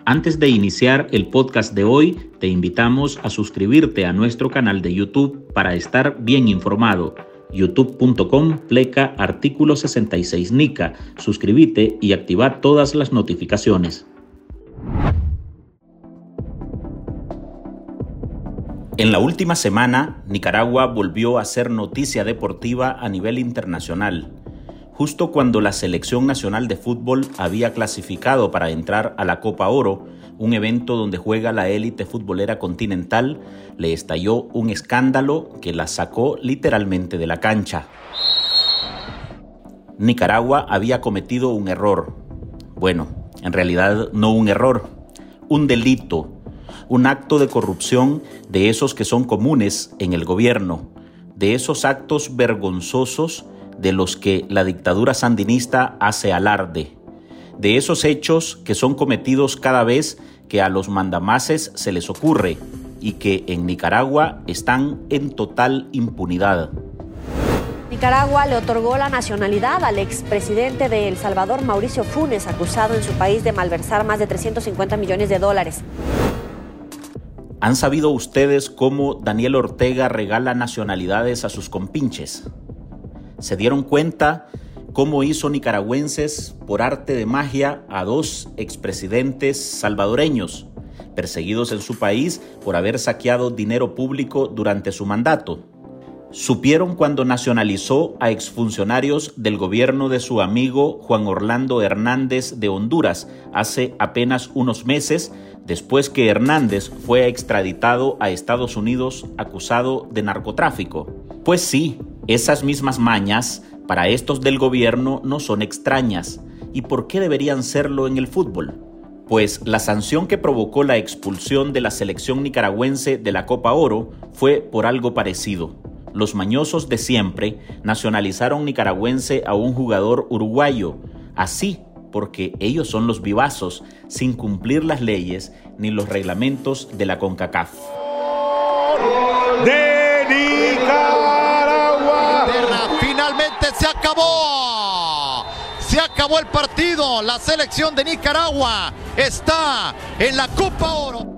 Antes de iniciar el podcast de hoy, te invitamos a suscribirte a nuestro canal de YouTube para estar bien informado. youtube.com/artículo 66 Nica. Suscríbete y activa todas las notificaciones. En la última semana, Nicaragua volvió a ser noticia deportiva a nivel internacional. Justo cuando la Selección Nacional de Fútbol había clasificado para entrar a la Copa Oro, un evento donde juega la élite futbolera continental, le estalló un escándalo que la sacó literalmente de la cancha. Nicaragua había cometido un error. Bueno, en realidad no un error, un delito, un acto de corrupción de esos que son comunes en el gobierno, de esos actos vergonzosos de los que la dictadura sandinista hace alarde, de esos hechos que son cometidos cada vez que a los mandamases se les ocurre y que en Nicaragua están en total impunidad. Nicaragua le otorgó la nacionalidad al expresidente de El Salvador, Mauricio Funes, acusado en su país de malversar más de $350 millones. ¿Han sabido ustedes cómo Daniel Ortega regala nacionalidades a sus compinches? ¿Se dieron cuenta cómo hizo nicaragüenses por arte de magia a dos expresidentes salvadoreños, perseguidos en su país por haber saqueado dinero público durante su mandato? ¿Supieron cuando nacionalizó a exfuncionarios del gobierno de su amigo Juan Orlando Hernández de Honduras hace apenas unos meses, después que Hernández fue extraditado a Estados Unidos acusado de narcotráfico? Pues sí, esas mismas mañas para estos del gobierno no son extrañas. ¿Y por qué deberían serlo en el fútbol? Pues la sanción que provocó la expulsión de la selección nicaragüense de la Copa Oro fue por algo parecido. Los mañosos de siempre nacionalizaron nicaragüense a un jugador uruguayo, así porque ellos son los vivazos, sin cumplir las leyes ni los reglamentos de la CONCACAF. ¡De Nicaragua! Finalmente se acabó. Se acabó el partido. La selección de Nicaragua está en la Copa Oro.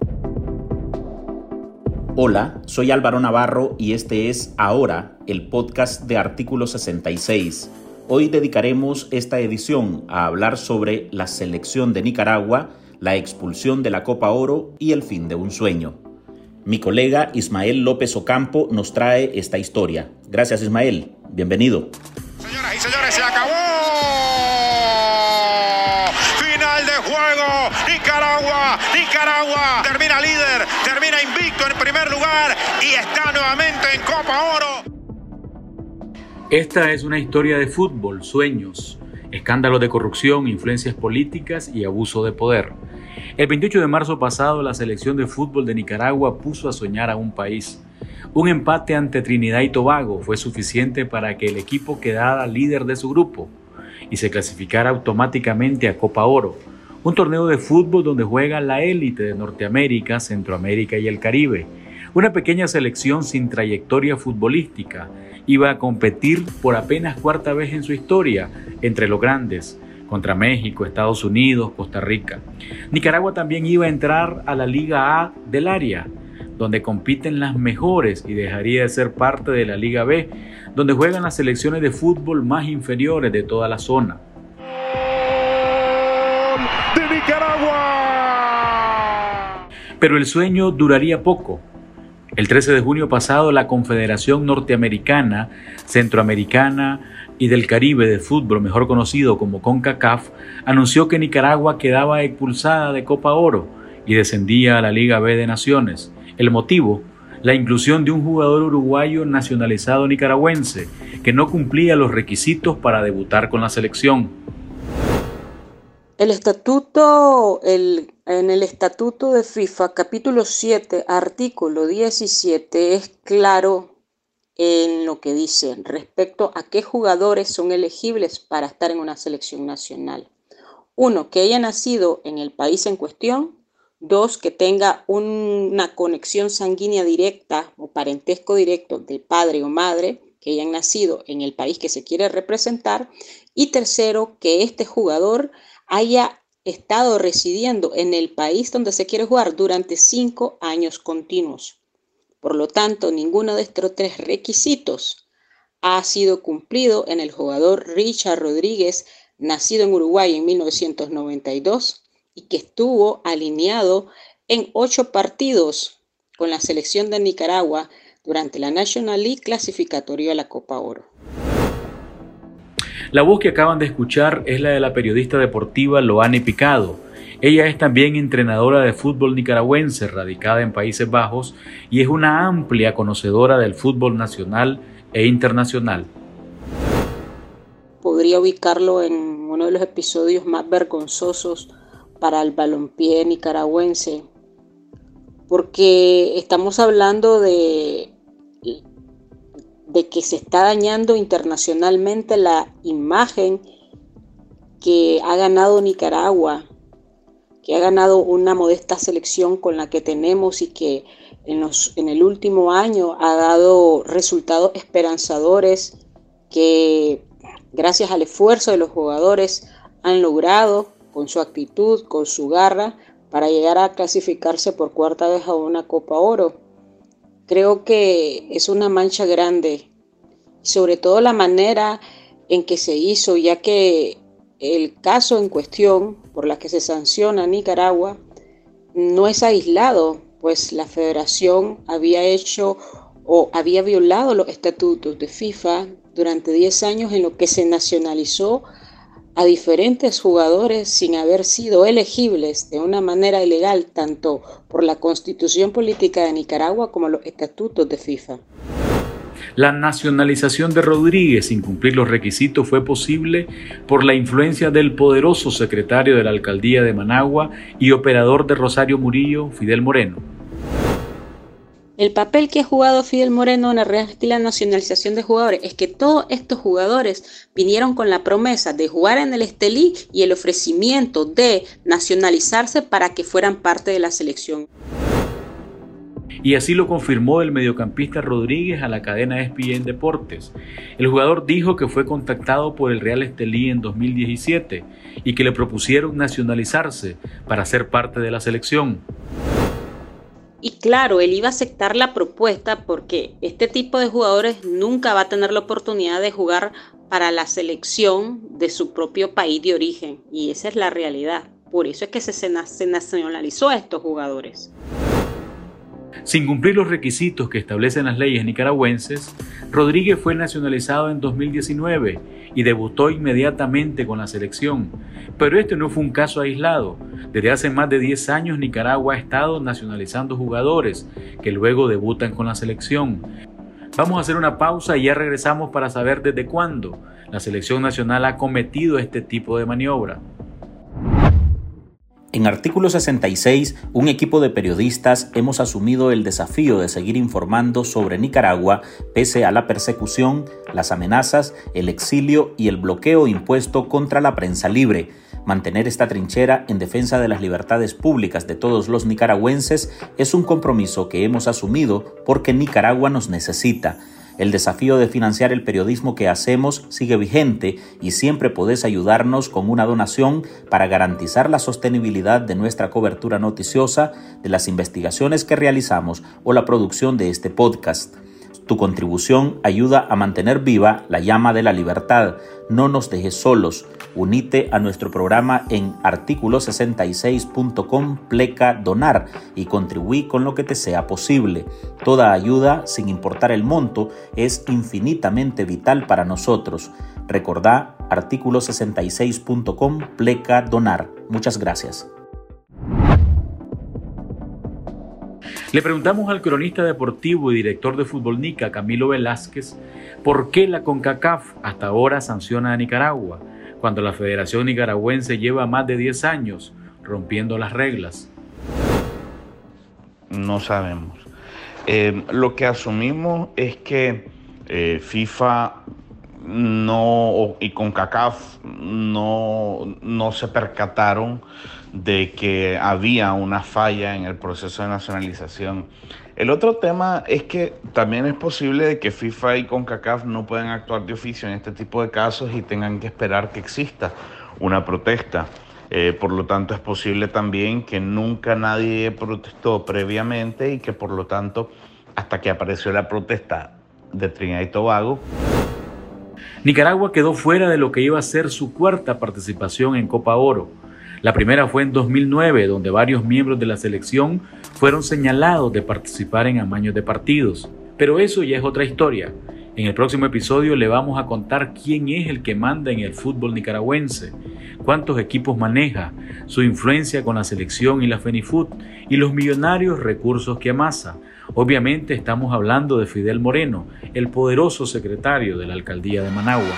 Hola, soy Álvaro Navarro y este es Ahora, el podcast de Artículo 66. Hoy dedicaremos esta edición a hablar sobre la selección de Nicaragua, la expulsión de la Copa Oro y el fin de un sueño. Mi colega Ismael López Ocampo nos trae esta historia. Gracias, Ismael. Bienvenido. Señoras y señores, se acabó. Final de juego. Nicaragua termina líder, termina invicto en primer lugar y está nuevamente en Copa Oro. Esta es una historia de fútbol, sueños, escándalos de corrupción, influencias políticas y abuso de poder. El 28 de marzo pasado, la selección de fútbol de Nicaragua puso a soñar a un país. Un empate ante Trinidad y Tobago fue suficiente para que el equipo quedara líder de su grupo y se clasificara automáticamente a Copa Oro, un torneo de fútbol donde juega la élite de Norteamérica, Centroamérica y el Caribe. Una pequeña selección sin trayectoria futbolística iba a competir por apenas cuarta vez en su historia entre los grandes, contra México, Estados Unidos, Costa Rica. Nicaragua también iba a entrar a la Liga A del área, donde compiten las mejores, y dejaría de ser parte de la Liga B, donde juegan las selecciones de fútbol más inferiores de toda la zona. ¡De Nicaragua! Pero el sueño duraría poco. El 13 de junio pasado, la Confederación Norteamericana, Centroamericana y del Caribe de Fútbol, mejor conocido como CONCACAF, anunció que Nicaragua quedaba expulsada de Copa Oro y descendía a la Liga B de Naciones. El motivo, la inclusión de un jugador uruguayo nacionalizado nicaragüense que no cumplía los requisitos para debutar con la selección. En el Estatuto de FIFA, capítulo 7, artículo 17, es claro en lo que dice respecto a qué jugadores son elegibles para estar en una selección nacional. 1, que haya nacido en el país en cuestión. 2, que tenga una conexión sanguínea directa o parentesco directo del padre o madre que hayan nacido en el país que se quiere representar. Y tercero, que este jugador haya estado residiendo en el país donde se quiere jugar durante 5 años continuos. Por lo tanto, ninguno de estos 3 requisitos ha sido cumplido en el jugador Richard Rodríguez, nacido en Uruguay en 1992 y que estuvo alineado en 8 partidos con la selección de Nicaragua durante la National League clasificatoria a la Copa Oro. La voz que acaban de escuchar es la de la periodista deportiva Loani Picado. Ella es también entrenadora de fútbol nicaragüense, radicada en Países Bajos, y es una amplia conocedora del fútbol nacional e internacional. Podría ubicarlo en uno de los episodios más vergonzosos para el balompié nicaragüense, porque estamos hablando de que se está dañando internacionalmente la imagen que ha ganado Nicaragua, que ha ganado una modesta selección con la que tenemos y que en el último año ha dado resultados esperanzadores que gracias al esfuerzo de los jugadores han logrado con su actitud, con su garra, para llegar a clasificarse por 4ª vez a una Copa Oro. Creo que es una mancha grande, sobre todo la manera en que se hizo, ya que el caso en cuestión por la que se sanciona a Nicaragua no es aislado, pues la federación había hecho o había violado los estatutos de FIFA durante 10 años en lo que se nacionalizó a diferentes jugadores sin haber sido elegibles de una manera ilegal, tanto por la Constitución Política de Nicaragua como los estatutos de FIFA. La nacionalización de Rodríguez sin cumplir los requisitos fue posible por la influencia del poderoso secretario de la alcaldía de Managua y operador de Rosario Murillo, Fidel Moreno. El papel que ha jugado Fidel Moreno en la nacionalización de jugadores es que todos estos jugadores vinieron con la promesa de jugar en el Estelí y el ofrecimiento de nacionalizarse para que fueran parte de la selección. Y así lo confirmó el mediocampista Rodríguez a la cadena ESPN Deportes. El jugador dijo que fue contactado por el Real Estelí en 2017 y que le propusieron nacionalizarse para ser parte de la selección. Y claro, él iba a aceptar la propuesta porque este tipo de jugadores nunca va a tener la oportunidad de jugar para la selección de su propio país de origen. Y esa es la realidad. Por eso es que se nacionalizó a estos jugadores. Sin cumplir los requisitos que establecen las leyes nicaragüenses, Rodríguez fue nacionalizado en 2019 y debutó inmediatamente con la selección. Pero este no fue un caso aislado. Desde hace más de 10 años Nicaragua ha estado nacionalizando jugadores que luego debutan con la selección. Vamos a hacer una pausa y ya regresamos para saber desde cuándo la selección nacional ha cometido este tipo de maniobra. En Artículo 66, un equipo de periodistas hemos asumido el desafío de seguir informando sobre Nicaragua pese a la persecución, las amenazas, el exilio y el bloqueo impuesto contra la prensa libre. Mantener esta trinchera en defensa de las libertades públicas de todos los nicaragüenses es un compromiso que hemos asumido porque Nicaragua nos necesita. El desafío de financiar el periodismo que hacemos sigue vigente y siempre podés ayudarnos con una donación para garantizar la sostenibilidad de nuestra cobertura noticiosa, de las investigaciones que realizamos o la producción de este podcast. Tu contribución ayuda a mantener viva la llama de la libertad. No nos dejes solos. Unite a nuestro programa en articulo66.com/donar y contribuí con lo que te sea posible. Toda ayuda, sin importar el monto, es infinitamente vital para nosotros. Recordá articulo66.com/donar. Muchas gracias. Le preguntamos al cronista deportivo y director de Fútbol Nica, Camilo Velázquez, por qué la CONCACAF hasta ahora sanciona a Nicaragua, cuando la Federación Nicaragüense lleva más de 10 años rompiendo las reglas. No sabemos. Lo que asumimos es que FIFA y CONCACAF no se percataron de que había una falla en el proceso de nacionalización. El otro tema es que también es posible de que FIFA y CONCACAF no puedan actuar de oficio en este tipo de casos y tengan que esperar que exista una protesta. Por lo tanto, es posible también que nunca nadie protestó previamente y que por lo tanto, hasta que apareció la protesta de Trinidad y Tobago, Nicaragua quedó fuera de lo que iba a ser su cuarta participación en Copa Oro. La primera fue en 2009, donde varios miembros de la selección fueron señalados de participar en amaños de partidos. Pero eso ya es otra historia. En el próximo episodio le vamos a contar quién es el que manda en el fútbol nicaragüense, cuántos equipos maneja, su influencia con la selección y la FENIFUT y los millonarios recursos que amasa. Obviamente estamos hablando de Fidel Moreno, el poderoso secretario de la alcaldía de Managua.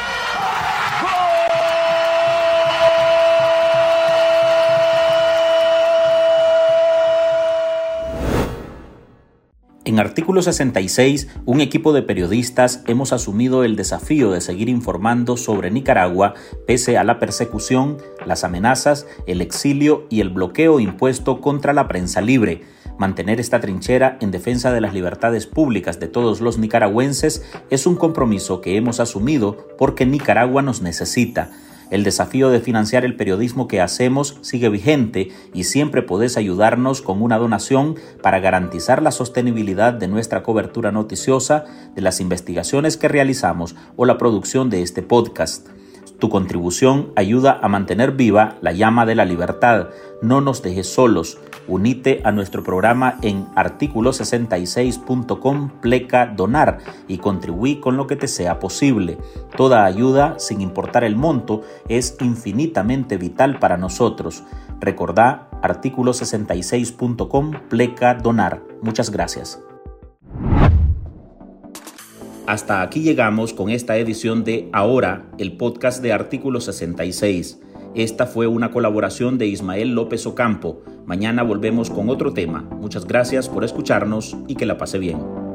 En Artículo 66, un equipo de periodistas hemos asumido el desafío de seguir informando sobre Nicaragua pese a la persecución, las amenazas, el exilio y el bloqueo impuesto contra la prensa libre. Mantener esta trinchera en defensa de las libertades públicas de todos los nicaragüenses es un compromiso que hemos asumido porque Nicaragua nos necesita. El desafío de financiar el periodismo que hacemos sigue vigente y siempre podés ayudarnos con una donación para garantizar la sostenibilidad de nuestra cobertura noticiosa, de las investigaciones que realizamos o la producción de este podcast. Tu contribución ayuda a mantener viva la llama de la libertad. No nos dejes solos. Unite a nuestro programa en articulo66.com/donar y contribuí con lo que te sea posible. Toda ayuda, sin importar el monto, es infinitamente vital para nosotros. Recordá articulo66.com/donar. Muchas gracias. Hasta aquí llegamos con esta edición de Ahora, el podcast de Artículo 66. Esta fue una colaboración de Ismael López Ocampo. Mañana volvemos con otro tema. Muchas gracias por escucharnos y que la pase bien.